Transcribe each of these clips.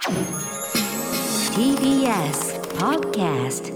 TBS Podcast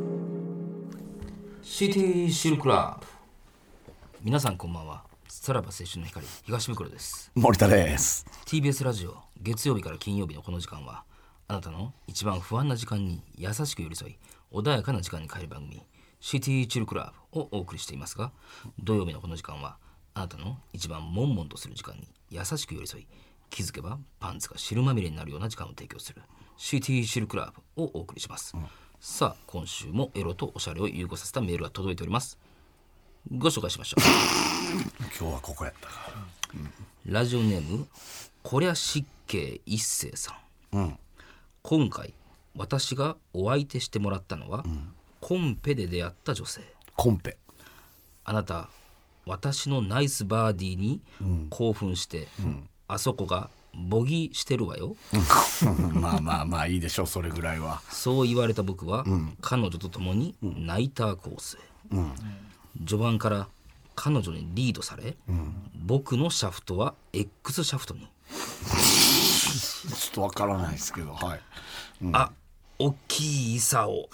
CT シルクラブ。皆さんこんばんは。さらば青春の光東袋です。 森田です。 TBS ラジオ月曜日から金曜日のこの時間はあなたの一番不安な時間に優しく寄り添い穏やかな時間に変える番組 CT チルクラブをお送りしていますが、土曜日のこの時間はあなたの一番悶々とする時間に優しく寄り添い気づけばパンツが汁まみれになるような時間を提供する CT チルクラブをお送りします、さあ今週もエロとおしゃれを融合させたメールが届いております。ご紹介しましょう。 今日はここやったかラジオネームこりゃ失敬一世さん、今回私がお相手してもらったのは、コンペで出会った女性。 コンペ。 あなた私のナイスバーディーに興奮して、あそこがボギーしてるわよまあまあまあいいでしょう、それぐらいは。 そう言われた僕は、彼女と共にナイターコースへ、序盤から彼女にリードされ、僕のシャフトは X シャフトに。 ちょっとわからないですけど、はい、 あ、おっきい竿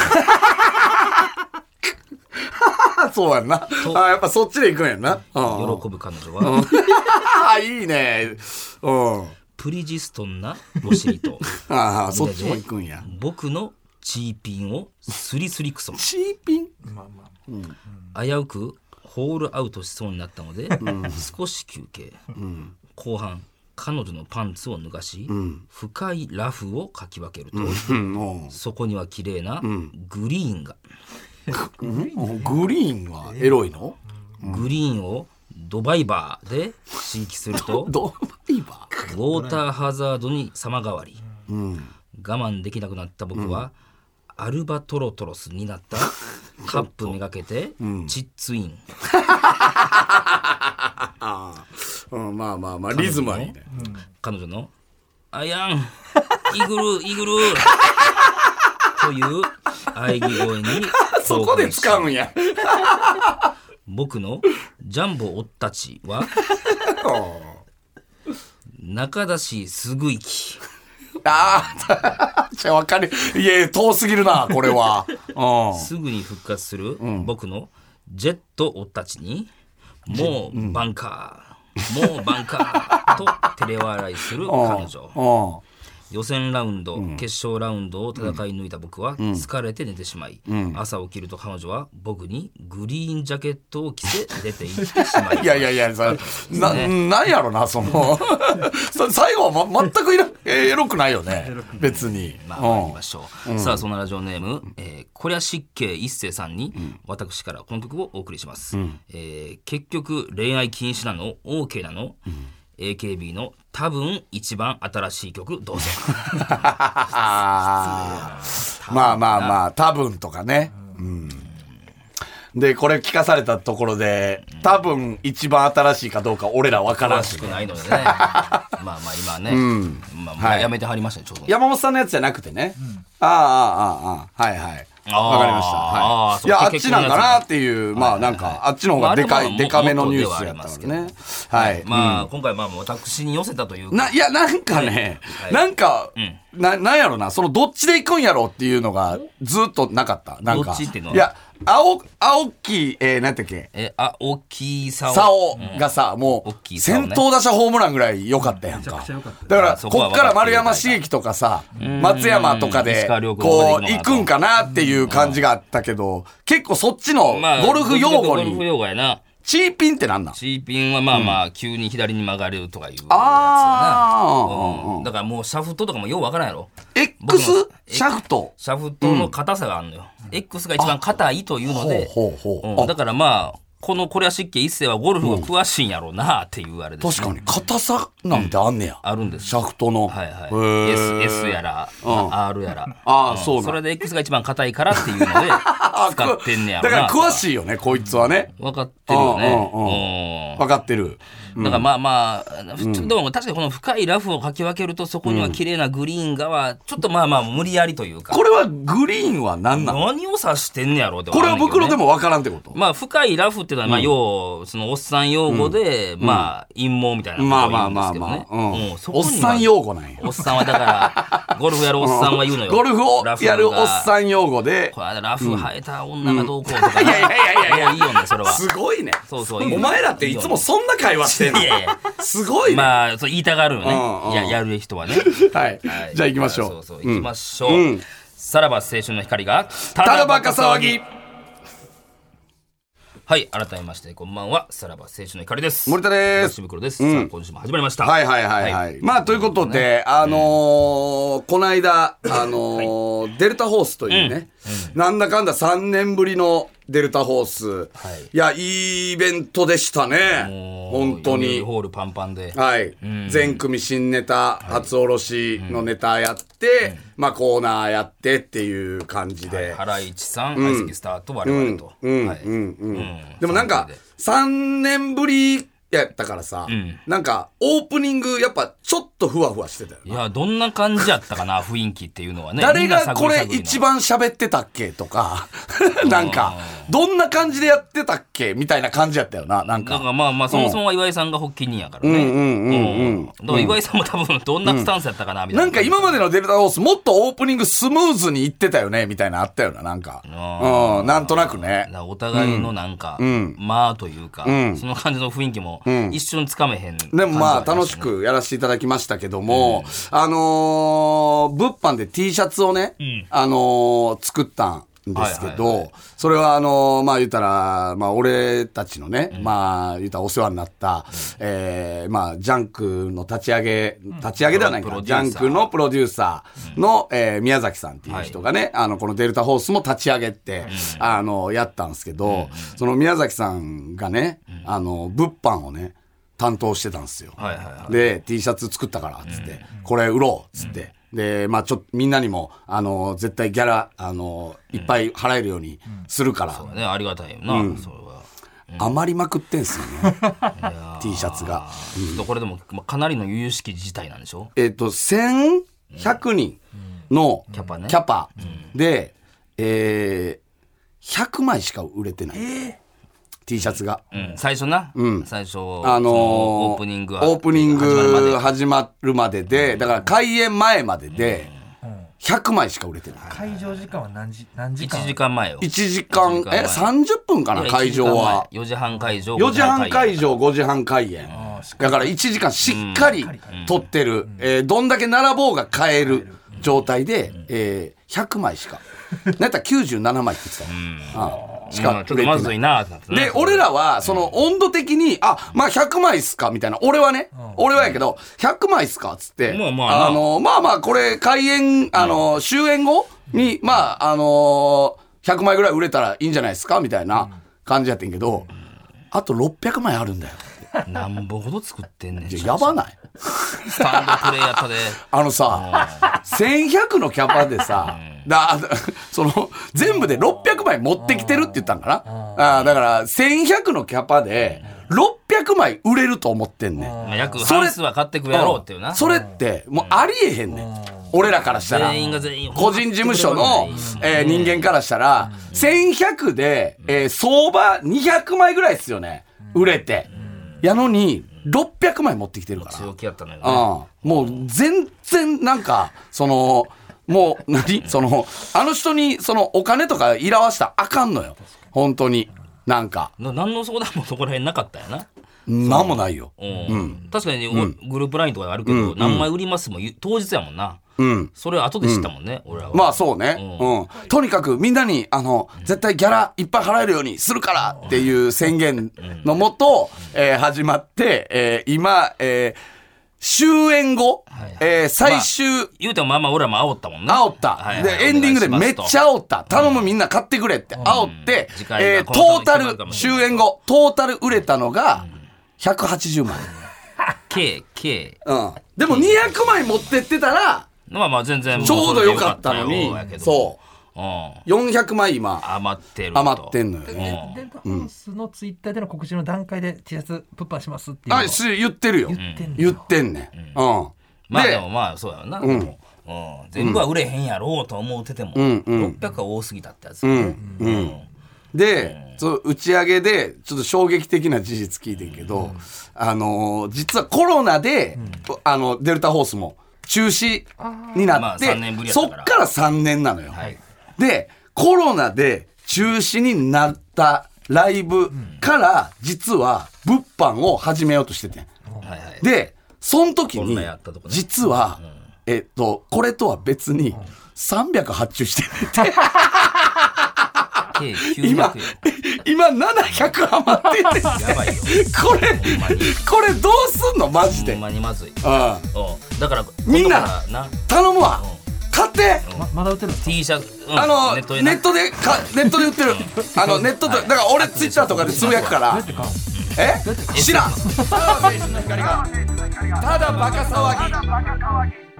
そうやんな。あ、やっぱそっちで行くんやんな。 喜ぶ彼女は、 いいね。 プリジストンなお尻とああ、そっちも行くんや。 僕のチーピンをスリスリクソン。 チーピン、 危うくホールアウトしそうになったので、少し休憩、後半彼女のパンツを脱がし、深いラフをかき分けると、そこには綺麗なグリーンが、 グリーンはエロいの？ グリーンをドバイバーで刺激するとドバイバー、 ウォーターハザードに様変わり、我慢できなくなった僕は、アルバトロトロスになったカップめがけてチッツイン、 まあまあまあリズムはいいね。 彼女のアヤンイグルイグルという喘ぎ声にそこで使うんや。 僕のジャンボおったちは中出しすぐ行き。 ああ、じゃあ分かる。いや遠すぎるなこれは。 すぐに復活する僕のジェットおったちに、もうバンカー、もうバンカーと照れ笑いする彼女。予選ラウンド、決勝ラウンドを戦い抜いた僕は疲れて寝てしまい、朝起きると彼女は僕にグリーンジャケットを着て出て行ってしまいいやいやいや、なんやろな、その最後は、全くエロくないよね別に。 まあ参りましょう、さあそんなラジオネーム、こりゃ失敬一世さんに、私からこの曲をお送りします、結局恋愛禁止なの OK なの、AKB の多分一番新しい曲どうぞまあまあまあ多分とかね、でこれ聞かされたところで、多分一番新しいかどうか俺ら分からんし、 詳しくないのでねまあまあ今ね、まあやめてはりましたね、ちょうど山本さんのやつじゃなくてね、はいはい、わかりました。はい。いや、あっちなんかなっていう、まあなんか、あっちの方がでかめのニュースやったからね。はい。 まあ今回まあ私に寄せたというか。 いや、なんかね、なんか、なんやろな、そのどっちで行くんやろっていうのがずっとなかった。なんか。 どっちっていうのは？ いや、青木、なんてっけ？ 青木さおがさ、もう、先頭打者ホームランぐらい良かったやんか。だから、こっから丸山茂樹とかさ、松山とかで、こう、行くんかなっていう感じがあったけど、結構そっちのゴルフ用語に。 ゴルフ用語やな。 チーピンってなんなん？ チーピンはまあまあ、急に左に曲がるとかいうやつだな。だからもうシャフトとかもようわからんやろ。 X シャフト？ シャフトの硬さがあるのよ。X が一番硬いというので、だからまあ、これは湿気一世はゴルフが詳しいんやろうなっていうあれです、ね。 確かに硬さなんてあんねや。 あるんです。 シャフトの。 はいはい。S やら、R やら。 そうそれで X が一番硬いからっていうので、 使ってんねやろな。 だから詳しいよね、こいつはね。 分かってるよね。 分かってる。 だからまあまあ、でも確かにこの深いラフをかき分けるとそこには綺麗なグリーン側、ちょっとまあまあ無理やりというか。 これはグリーンは何なの？ 何を指してんねやろうって、 これは袋でも分からんってこと？ まあ深いラフっていうのはまあ要そのおっさん用語でまあ陰謀みたいなことを言うんですけどね。 おっさん用語なんや。 おっさんはだからゴルフやるおっさんは言うのよ。 ゴルフをやるおっさん用語でこれラフ生えた女がどうこうとか。いやいいよねそれは。 すごいね。 そうそう。 お前らっていつもそんな会話してんの？いやいや。すごいね。 まあそう言いたがるよね。やる人はね。 はい。じゃあ行きましょう。 そう行きましょう。さらば青春の光がただバカ騒ぎ。はい、改めましてこんばんは。さらば青春の光です。 森田です。 東袋です。さあ今週も始まりました。 はい。まあということでこの間デルタホースというね、なんだかんだ3年ぶりのデルタホース、いやいいイベントでしたね。本当にホールパンパンで、 全組新ネタ初おろしのネタやって、まあコーナーやってっていう感じで、 ハライチさん、相席スタート我々と、 でもなんか3年ぶりやったからさ、なんかオープニングやっぱちょっとふわふわしてたよな。 いやどんな感じやったかな雰囲気っていうのはね。 誰がこれ一番喋ってたっけとかなんかどんな感じでやってたっけみたいな感じやったよな。なんかまあそもそもは岩井さんが発起人やからね。だから岩井さんも多分どんなスタンスやったかなみたいな。 なんか今までのデルタホースもっとオープニングスムーズにいってたよねみたいなあったよな。なんかなんとなくね。 お互いのなんかまあというかその感じの雰囲気も一瞬つかめへん。 でもまあ楽しくやらせていただきましたけども、物販で T シャツをね、作ったんですけど、それはまあ言ったら、まあ俺たちのね、まあ言ったらお世話になった、まあジャンクの立ち上げではないか、ジャンクのプロデューサーの、宮崎さんっていう人がね、このデルタホースも立ち上げて、やったんですけど、その宮崎さんがね、物販をね、担当してたんですよ。で T シャツ作ったからっつって、これ売ろうっつって、でまあちょっとみんなにも絶対ギャラいっぱい払えるようにするから、 そうね、ありがたいよな、それは、 余りまくってんすよねT シャツが、 これでもかなりの由々しき事態なんでしょ。 1100人のキャパで、100枚しか売れてない、T シャツが、 最初な、最初オープニング始まるまでで、だから開演前までで100枚しか売れてない。 会場時間は何時間 ？1時間前よ。 1時間30分かな。会場は 4時半会場、 4時半会場5時半開演だから1時間しっかり撮ってる、どんだけ並ぼうが買える状態で、100枚しかなんやったら97枚って言ってたしか売れてない。 まずいなってなってね。 で俺らはその温度的にまあ100枚っすかみたいな、俺はやけど100枚っすかっつって、まあこれ開演終演後にまあ100枚ぐらい売れたらいいんじゃないですかみたいな感じやってんけど、あと600枚あるんだよ。 何本ほど作ってんねん。 やばない？ スタンドプレーやったで。 1100のキャパでさ、その全部で600枚持ってきてるって言ったんかな。だから1100のキャパで600枚売れると思ってんねん。 約半数は買ってくやろうっていうな。 それってもうありえへんねん。俺らからしたら個人事務所の人間からしたら1100で相場200枚ぐらいですよね、売れて。やのに600枚持ってきてるから。 強気やったのよね。 もう全然なんかもうあの人にお金とかいらわしたらあかんのよ本当に。なんか何の相談もそこら辺なかったよな。 なんもないよ。 確かにグループ LINE とかあるけど、何枚売りますも当日やもんな。それ後で知ったもんね、俺らは。 まあそうね、とにかくみんなに絶対ギャラいっぱい払えるようにするからっていう宣言のもと、始まって、今、終演後、最終、 言うてもまあまあ俺らも煽ったもんね。 煽った。でエンディングでめっちゃ煽った。頼むみんな買ってくれって煽って、トータル終演後トータル売れたのが180枚。 計。 でも200枚持ってってたらまあまあ全然ちょうどよかったのに。そう 400枚今余ってんのよね。 デルタフォースのツイッターでの告知の段階で T シャツ物販しますっていうの言ってるよ。言ってんねん。 まあでもまあそうやな。全部は売れへんやろうと思ってても600は多すぎたってやつ。 で、打ち上げでちょっと衝撃的な事実聞いてんけど、実はコロナで、デルタフォースも中止になって、そっから3年なのよ。で、コロナで中止になったライブから実は物販を始めようとしててん。で、その時に実は、これとは別に300発注してるって。今700余っててやばいよこれどうすんのマジで。 ほんまにまずい。だからみんな頼むわ、買って。 まだ売ってるの T シャツ、 ネットで売ってる。ネットでだから俺ツイッターとかでつぶやくから。知らん。ただバカ騒ぎ。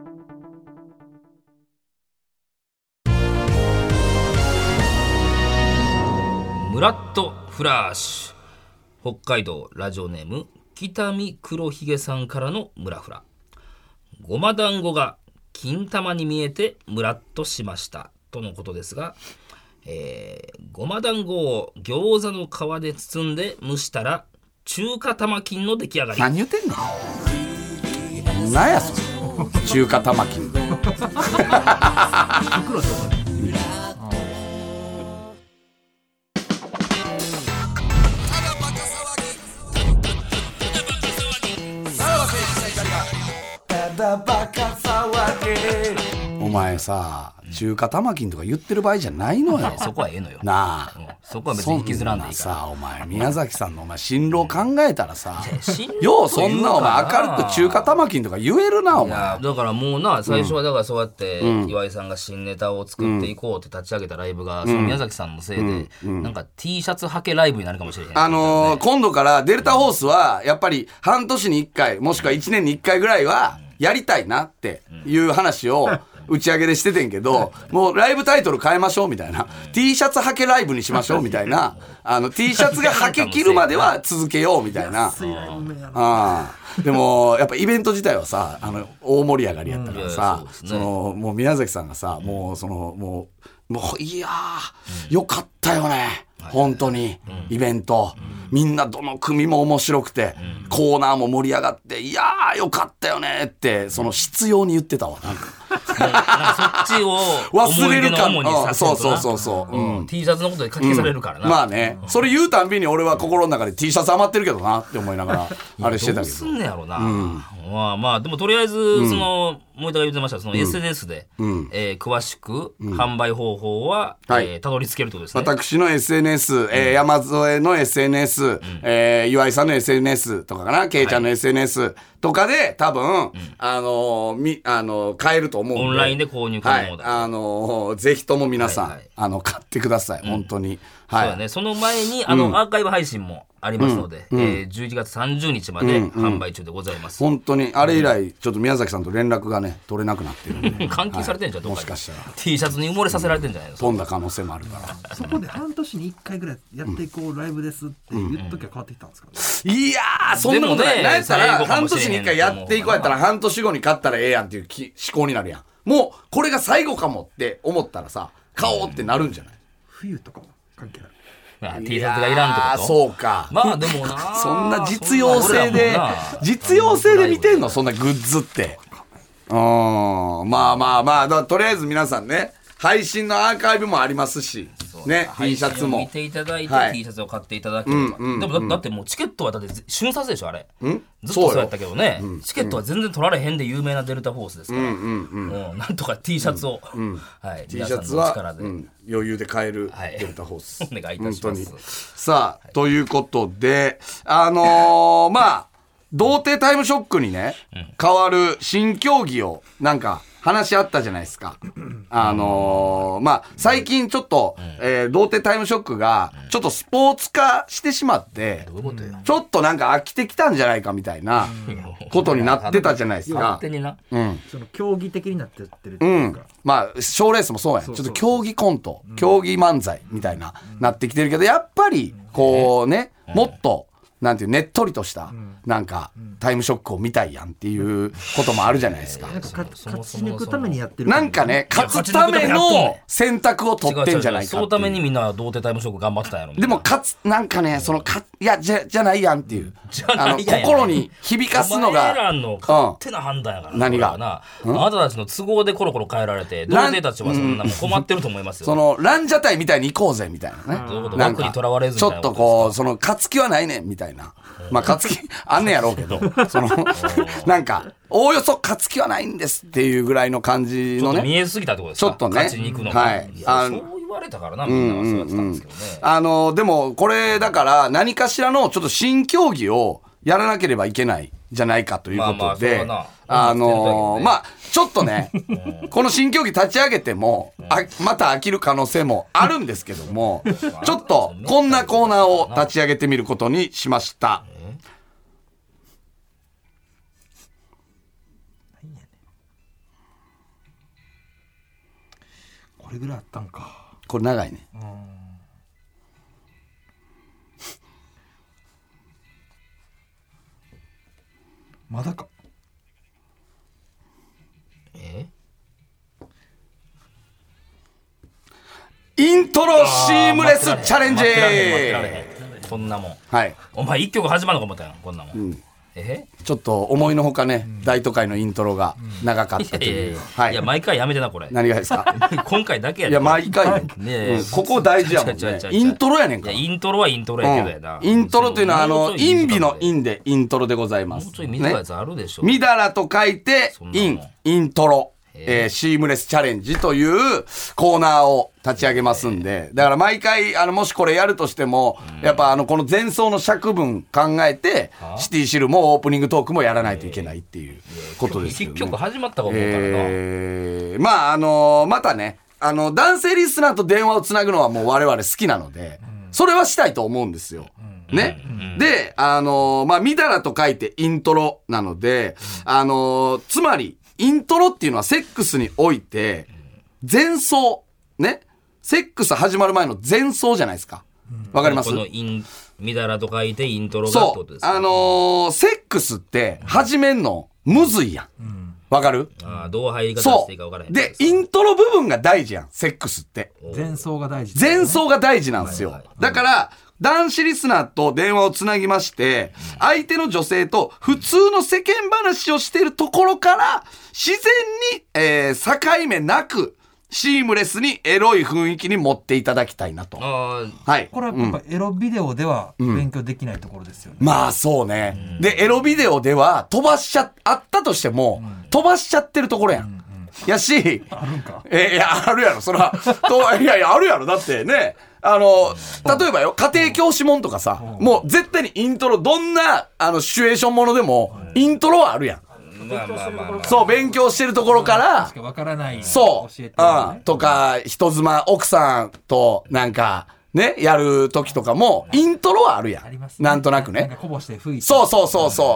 ムラッとフラッシュ。北海道ラジオネーム北見黒ひげさんからのムラフラ。ごま団子が金玉に見えてムラッとしましたとのことですが、ごま団子を餃子の皮で包んで蒸したら中華玉金の出来上がり。 何言ってんの。何やそれ。中華玉金。お前さ、中華玉金とか言ってる場合じゃないのよ。 そこはええのよなあ、 そこは別に引きずらんでいいから。 さ、お前宮崎さんの進路考えたらさ、ようそんなお前明るく中華玉金とか言えるなお前。 だからもうな、最初はだからそうやって岩井さんが新ネタを作っていこうって立ち上げたライブが、その宮崎さんのせいでなんか T シャツはけライブになるかもしれへん。 今度からデルタフォースはやっぱり半年に1回もしくは1年に1回ぐらいはやりたいなっていう話を打ち上げでしててんけど、もうライブタイトル変えましょうみたいな、T シャツはけライブにしましょうみたいな、T シャツがはけ切るまでは続けようみたいな。でもやっぱイベント自体はさ、大盛り上がりやったからさ、もう宮崎さんがさ、もういやー、よかったよね本当に。イベントみんなどの組も面白くて、コーナーも盛り上がって、いやーよかったよねって、その必要に言ってたわ。なんかそっちを忘れるかも。そう T シャツのことで書き消されるからな。 まあね、それ言うたんびに俺は心の中で T シャツ余ってるけどなって思いながらあれしてたけど。 どうすんねやろな。まあでもとりあえずその森田が言ってました、その SNS で詳しく販売方法はたどり着けるってことですね。 私の SNS、山添の SNS、岩井さんの SNS とかかな、ケイちゃんの SNS とかで多分買えると思うんで、 オンラインで購入可能だ。 ぜひとも皆さん買ってください本当に。 そうだね。その前にアーカイブ配信もありますので、11月30日まで販売中でございます。 本当にあれ以来ちょっと宮崎さんと連絡がね取れなくなってるんで監禁されてんじゃん、 もしかしたら T シャツに埋もれさせられてんじゃないの。 飛んだ可能性もあるからそこで半年に1回ぐらいやっていこうライブですって言っときゃ変わってきたんですかね。 いやーそんなことない。なんやったら半年に1回やっていこうやったら半年後に買ったらええやんっていう思考になるやん。もうこれが最後かもって思ったらさ、買おうってなるんじゃない。 冬とかも関係ない。 T シャツがいらんってこと。 そうか。 まあでもなそんな実用性で見てんのそんなグッズって。まあだとりあえず皆さんね、配信のアーカイブもありますしね、T シャツも見ていただいて T シャツを買っていただければ。でもだってもうチケットはだって瞬殺でしょあれ。ずっとそうやったけどね、チケットは全然取られへんで有名なデルタフォースですから、なんとか T シャツを T シャツは余裕で買えるデルタフォース、 お願いいたします。 さあということでまあ童貞タイムショックにね変わる新競技をなんか話し合ったじゃないですか。 まあ、最近ちょっと、童貞タイムショックが、ちょっとスポーツ化してしまって、ちょっとなんか飽きてきたんじゃないかみたいなことになってたじゃないですか。 勝手にな。 その競技的になってってるっていうか。 まあ、賞レースもそうやん。ちょっと競技コント、競技漫才みたいな、なってきてるけど、やっぱり、こうね、もっと、なんていうねっとりとしたなんかタイムショックを見たいやんっていうこともあるじゃないですか。 なんか勝ち抜くためにやってるなんかね、勝つための選択を取ってんじゃないかっていう。 そのためにみんな童貞タイムショック頑張ってたんやろ。 でもなんかね、いやじゃないやんっていう心に響かすのがお前らの勝手な判断やから。 何があなたたちの都合でコロコロ変えられて、童貞たちはそんなもん困ってると思いますよ。 そのランジャタイみたいに行こうぜみたいなね。 なんかちょっとこうその勝つ気はないねんみたいな。まあ勝つ気あんねやろうけど、なんかおおよそ勝つ気はないんですっていうぐらいの感じのね。 ちょっと見えすぎたってことですか。 ちょっとね。 勝ちに行くのが。はい。そう言われたからな、みんなはそうやってたんですけどね。 でもこれだから何かしらのちょっと新競技をやらなければいけないじゃないかということで、まあちょっとね、この新競技立ち上げてもまた飽きる可能性もあるんですけども、ちょっとこんなコーナーを立ち上げてみることにしました。 これぐらいあったんか。 これ長いね。 まだか。 イントロシームレスチャレンジ。 こんなもん。 はい。 お前一曲始まるのか思ったよ、こんなもん。 ちょっと思いのほかね、大都会のイントロが長かったという。 いや、毎回やめてな、これ。 何がですか。 今回だけやで。いや、毎回。ここ大事やもんね。イントロやねんか。 イントロはイントロやけどやな。 イントロというのは、陰微の陰でイントロでございます。 もうちょい短いやつあるでしょ。 みだらと書いて、イントロ。シームレスチャレンジというコーナーを立ち上げますんで、だから毎回もしこれやるとしても、やっぱこの前奏の尺分考えてシティシルもオープニングトークもやらないといけないっていうことですよね。 結局始まったか思ったらな。 まあまたね男性リスナーと電話をつなぐのはもう我々好きなので、それはしたいと思うんですよ。ね。でまあみだらと書いてイントロなのでつまりイントロっていうのはセックスにおいて前奏ね、セックス始まる前の前奏じゃないですか。わかります？ このみだらと書いてイントロがってことですか。 セックスって始めんのむずいやん。わかる？ どう入り方していいかわからへん。 でイントロ部分が大事やん、セックスって。 前奏が大事。 前奏が大事なんですよ。だから男子リスナーと電話をつなぎまして、相手の女性と普通の世間話をしているところから、自然に、境目なく、シームレスにエロい雰囲気に持っていただきたいなと。はい。 これはやっぱエロビデオでは勉強できないところですよね。 まあそうね。で、エロビデオではあったとしても、飛ばしちゃってるところやん。やし、 あるんか。 いや、あるやろ、そら。いや、あるやろ、だってね。例えばよ、家庭教師もんとかさ、もう絶対にイントロ、どんな、シチュエーションものでも、イントロはあるやん。そう、勉強してるところから、 わからない。 そう、とか、人妻、奥さんと、なんか、ね、やる時とかも、イントロはあるやん。なんとなくね。 なんかこぼして吹いて。 そう。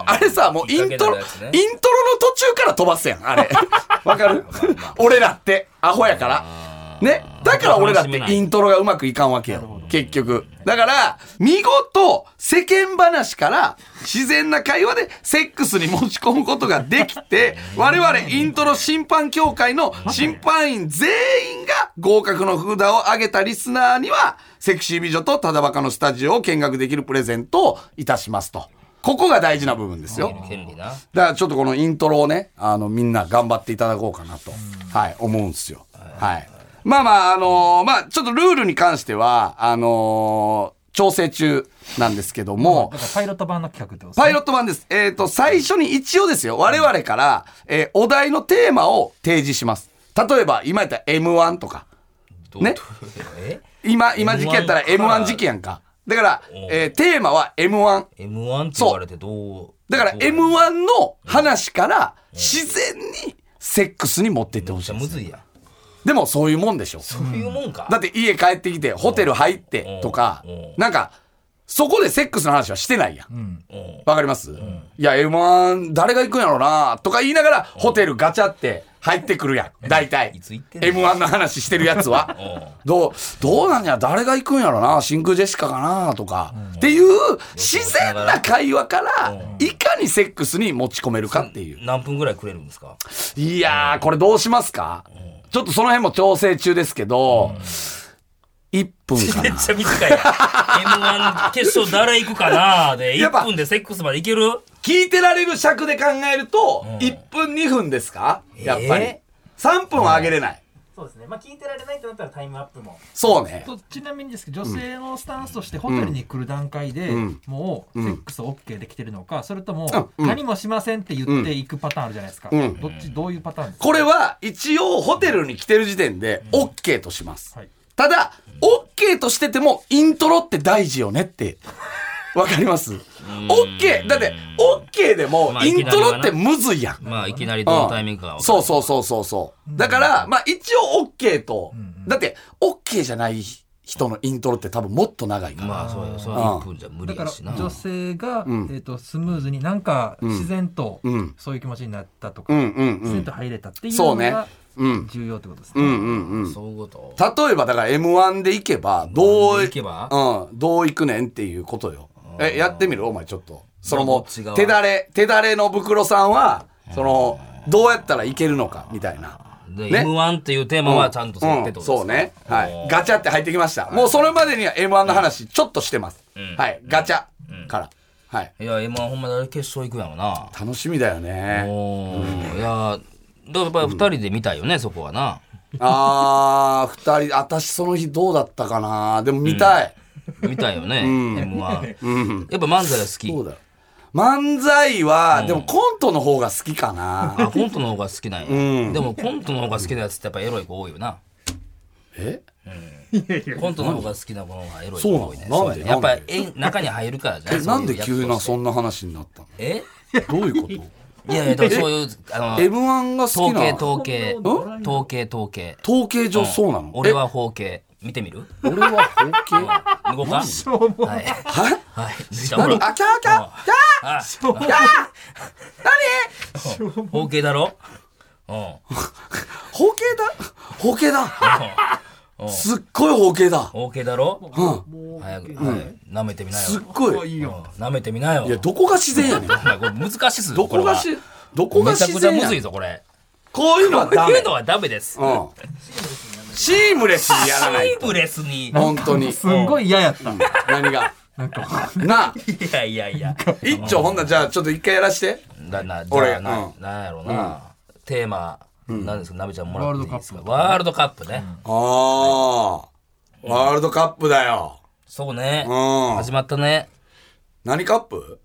あれさ、もうイントロの途中から飛ばすやん、あれ。わかる？俺らって、アホやから。ね。だから俺だってイントロがうまくいかんわけよ。結局。だから、見事、世間話から自然な会話でセックスに持ち込むことができて、我々イントロ審判協会の審判員全員が合格の札を上げたリスナーには、セクシー美女とただバカのスタジオを見学できるプレゼントをいたしますと。ここが大事な部分ですよ。だからちょっとこのイントロをね、みんな頑張っていただこうかなと、はい、思うんですよ。はい。まあ、ちょっとルールに関しては、調整中なんですけども。 だからパイロット版の企画ってことですね。 パイロット版です。最初に一応ですよ、我々から、お題のテーマを提示します。例えば、今やったら M1 とか。ね。今時期やったら M1 時期やんか。だから、テーマは M1。 M1 って言われてどう？ だから M1 の話から自然にセックスに持っていってほしい。 むずいやん。 でもそういうもんでしょ。 そういうもんか。 だって家帰ってきてホテル入ってとか、なんかそこでセックスの話はしてないやん。わかります？いや M1 誰が行くんやろなとか言いながらホテルガチャって入ってくるやん。大体 M1 の話してるやつはどうなんや、誰が行くんやろな、真空ジェシカかなとかっていう自然な会話からいかにセックスに持ち込めるかっていう。 何分ぐらいくれるんですか？ いやーこれどうしますか？ちょっとその辺も調整中ですけど、1分かな。 めっちゃ短いやん。M1 決勝誰行くかなで1分でセックスまでいける？ 聞いてられる尺で考えると1分2分ですか？やっぱり3分は上げれない。 そうですね。まあ聞いてられないとなったらタイムアップも。 そうね。 ちなみにですけど、女性のスタンスとしてホテルに来る段階で、もうセックス OK できてるのか、それとも何もしませんって言っていくパターンあるじゃないですか。どういうパターンですか？ これは一応ホテルに来てる時点で OK とします。ただ OK としててもイントロって大事よねって。わかります？ OK だって OK でもイントロってむずいやん。 まあいきなりどのタイミングかは分かる。 そうだからまあ一応 OK と、だって OK じゃない人のイントロって多分もっと長いから。 まあそうよ、それは1分じゃ無理やしな。 だから女性が、スムーズになんか自然とそういう気持ちになったとか、自然と入れたっていうのが重要ってことですね。 そういうこと。 例えばだから M1 で行けばどう行くねんっていうことよ。やってみる？お前ちょっとそのもう手だれの袋さんはそのどうやったらいけるのかみたいな。 で、ね、M1 っていうテーマはちゃんと設定ってことですか？ そうね、はい、ガチャって入ってきました。もうそれまでには M1 の話ちょっとしてます、はい、ガチャから、はい。 いや M1 ほんま誰決勝行くやろな。 楽しみだよね。 いややっぱり2人で見たいよね、そこはな。 2人、私その日どうだったかな。でも見たい、 見たいよね、M1、やっぱ漫才が好き。 そうだよ、漫才は、でもコントの方が好きかな。 あ、コントの方が好きなんや、でもコントの方が好きなやつってやっぱエロい子多いよな。コントの方が好きな子の方がエロい子多いね。 そうなんで？ やっぱり中に入るからじゃない。 なんで急なそんな話になったの？どういうこと？ いやでもそういう M1 が好きな統計上そうなの？ 俺は包茎見てみる？ 俺は包茎向こうか？はい。 はい。何？あ、キャーキャーキャー何？包茎だろ？ 包茎だすっごい包茎だ。 包茎だろ？早く舐めてみなよ。 すっごい舐めてみなよ。 いや、どこが自然やねん。 難しいっす。 どこが自然や。 めちゃくちゃむずいぞこれ。 こういうのはダメ。 こういうのはダメです。 シームレスにやらないと。 シームレスに。 本当に。 すんごい嫌やった。 何が？な。 いや。 一丁ほんなじゃあちょっと一回やらして。 俺なんやろうな。テーマ何ですか？なべちゃんもらっていいですか？ワールドカップね。 ワールドカップだよ。 そうね。始まったね。 何カップ？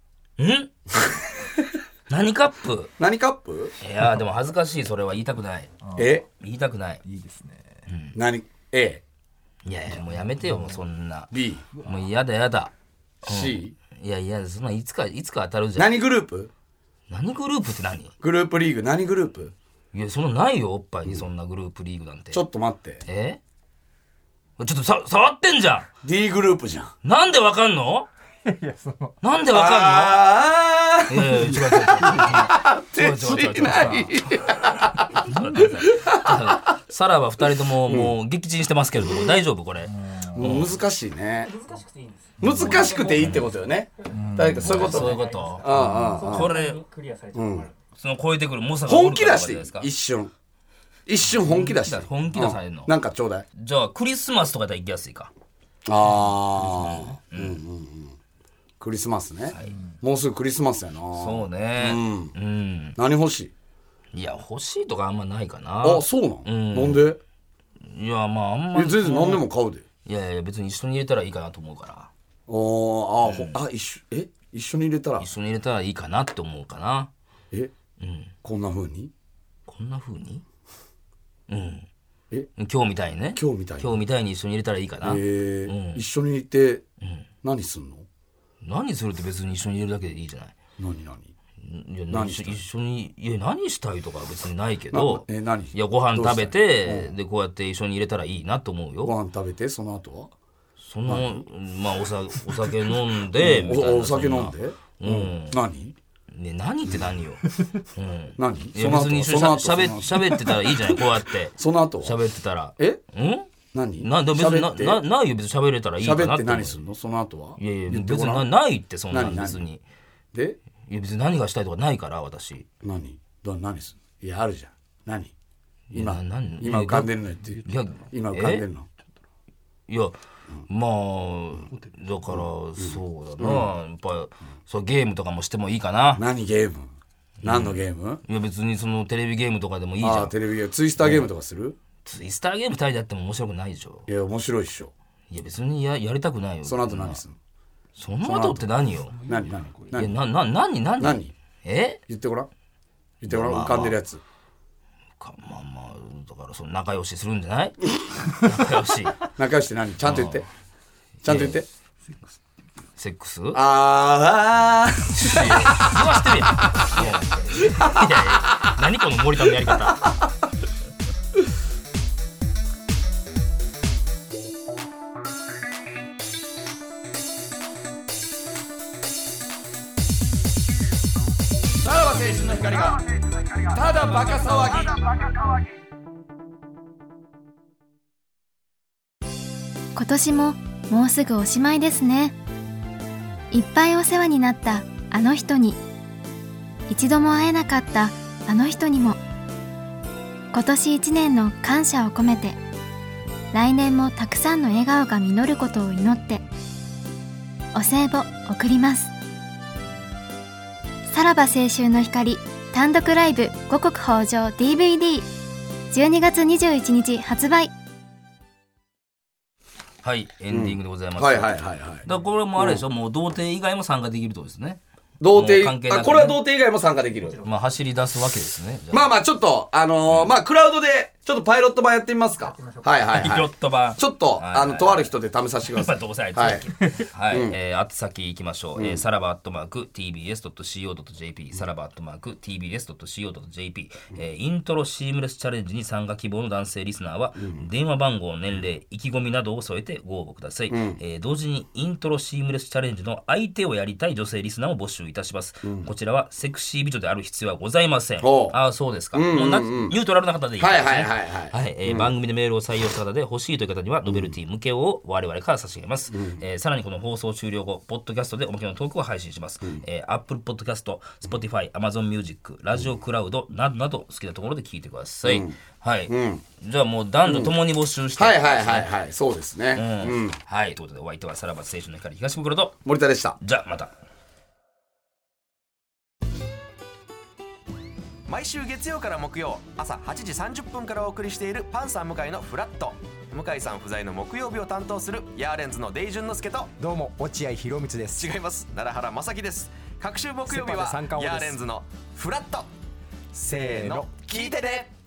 何カップ？ 何カップ？ いやでも恥ずかしい、それは言いたくない。言いたくない。 いいですね。 何？ いやもうやめてよ、もうそんな。 B？ もうやだ。 C？ いやそんないつか当たるじゃん。 何グループ？ 何グループって何？ グループリーグ何グループ？ いやそんなないよ、おっぱいにそんなグループリーグなんて。 ちょっと待って。 ちょっと触ってんじゃん。 D グループじゃん。 なんでわかんの？なんでわかんの？違う。さらば2人とももう撃沈してますけれども、大丈夫これ？ 難しいね。 難しくていいんです。 難しくていいってことよね。そういうこと。 そういうこと。これクリアされちゃうから。 その超えてくる猛者が本気出して一瞬本気出して。 本気出されるの？ なんかちょうだい。 じゃあクリスマスとかだったら行きやすいか。 クリスマスね。もうすぐクリスマスやな。 そうね。 何欲しい？いや欲しいとかあんまないかな。 あ、そうなん？なんで？ いやまああんま全然何でも買うで。 いや別に一緒に入れたらいいかなと思うから。 一緒に入れたらいいかなって思うかな。 こんな風に今日みたいにね。今日みたいに一緒に入れたらいいかな。 一緒にいて何すんの？ 何するって別に一緒に入れるだけでいいじゃない。 いや一緒に何したいとかは別にないけど、 何いやご飯食べてでこうやって一緒に入れたらいいなと思うよ。 ご飯食べてその後はまあお酒飲んでみたいな。 お酒飲んで、何ね、何って何よ、 何いや別に一緒に喋ってたらいいじゃないこうやってその後は喋ってたら何別にないよ別に喋れたらいいかなって。 喋って何すんのその後は。 いやいや別にないってそんな別にでいや別に何がしたいとかないから私。 何すんの。いやあるじゃん。何今浮かんでるの言って今浮かんでるの。 いやまあだからそうだな、やっぱそうゲームとかもしてもいいかな。 何ゲーム何のゲーム。 いや別にそのテレビゲームとかでもいいじゃん。 テレビゲームツイスターゲームとかする。 ツイスターゲーム2人でやっても面白くないでしょ。 いや面白いっしょ。 いや別にやりたくないよ。 その後何すんの。 その後って何よ。 何いや何言ってごらん浮かんでるやつ。 まあだからその仲良しするんじゃない仲良しって何ちゃんと言ってセックス。 言わしてるやん。いや何この森田のやり方。 さらば青春の光がただバカ騒ぎ。 今年ももうすぐおしまいですね。いっぱいお世話になったあの人に、一度も会えなかったあの人にも、今年1年の感謝を込めて、来年もたくさんの笑顔が実ることを祈ってお歳暮送ります。さらば青春の光単独ライブ五穀豊穣 DVD 12月21日発売。 はいエンディングでございます。 はいだからこれもあれでしょ、もう童貞以外も参加できるってことですね。 童貞これは童貞以外も参加できる。 まあ走り出すわけですね。 まあちょっとまあクラウドでちょっとパイロット版やってみますか。はいパイロット版ちょっととある人で試させてください。 どうせあいつだけはい、あと先行きましょう。さらば@tbs.co.jp さらば@tbs.co.jp イントロシームレスチャレンジに参加希望の男性リスナーは電話番号、年齢、意気込みなどを添えてご応募ください。同時にイントロシームレスチャレンジの相手をやりたい女性リスナーを募集いたします。こちらはセクシー美女である必要はございません。ああそうですか。もうニュートラルな方でいいですね。番組でメールを採用した方で欲しいという方にはノベルティ向けを我々から差し上げます。さらにこの放送終了後ポッドキャストでおまけのトークを配信します。Apple Podcast、Spotify、Amazon Music、ラジオクラウドなどなど好きなところで聞いてください。じゃあもう男女ともに募集してそうですね。 はいということでお相手はさらば青春の光東袋と森田でした。 じゃあまた。 毎週月曜から木曜朝8時30分からお送りしているパンサー向井のフラット。向井さん不在の木曜日を担当するヤーレンズのデイジュンの之介と、 どうも落合博満です。 違います、奈良原正樹です。各週木曜日はヤーレンズのフラット。せーの聞いてね。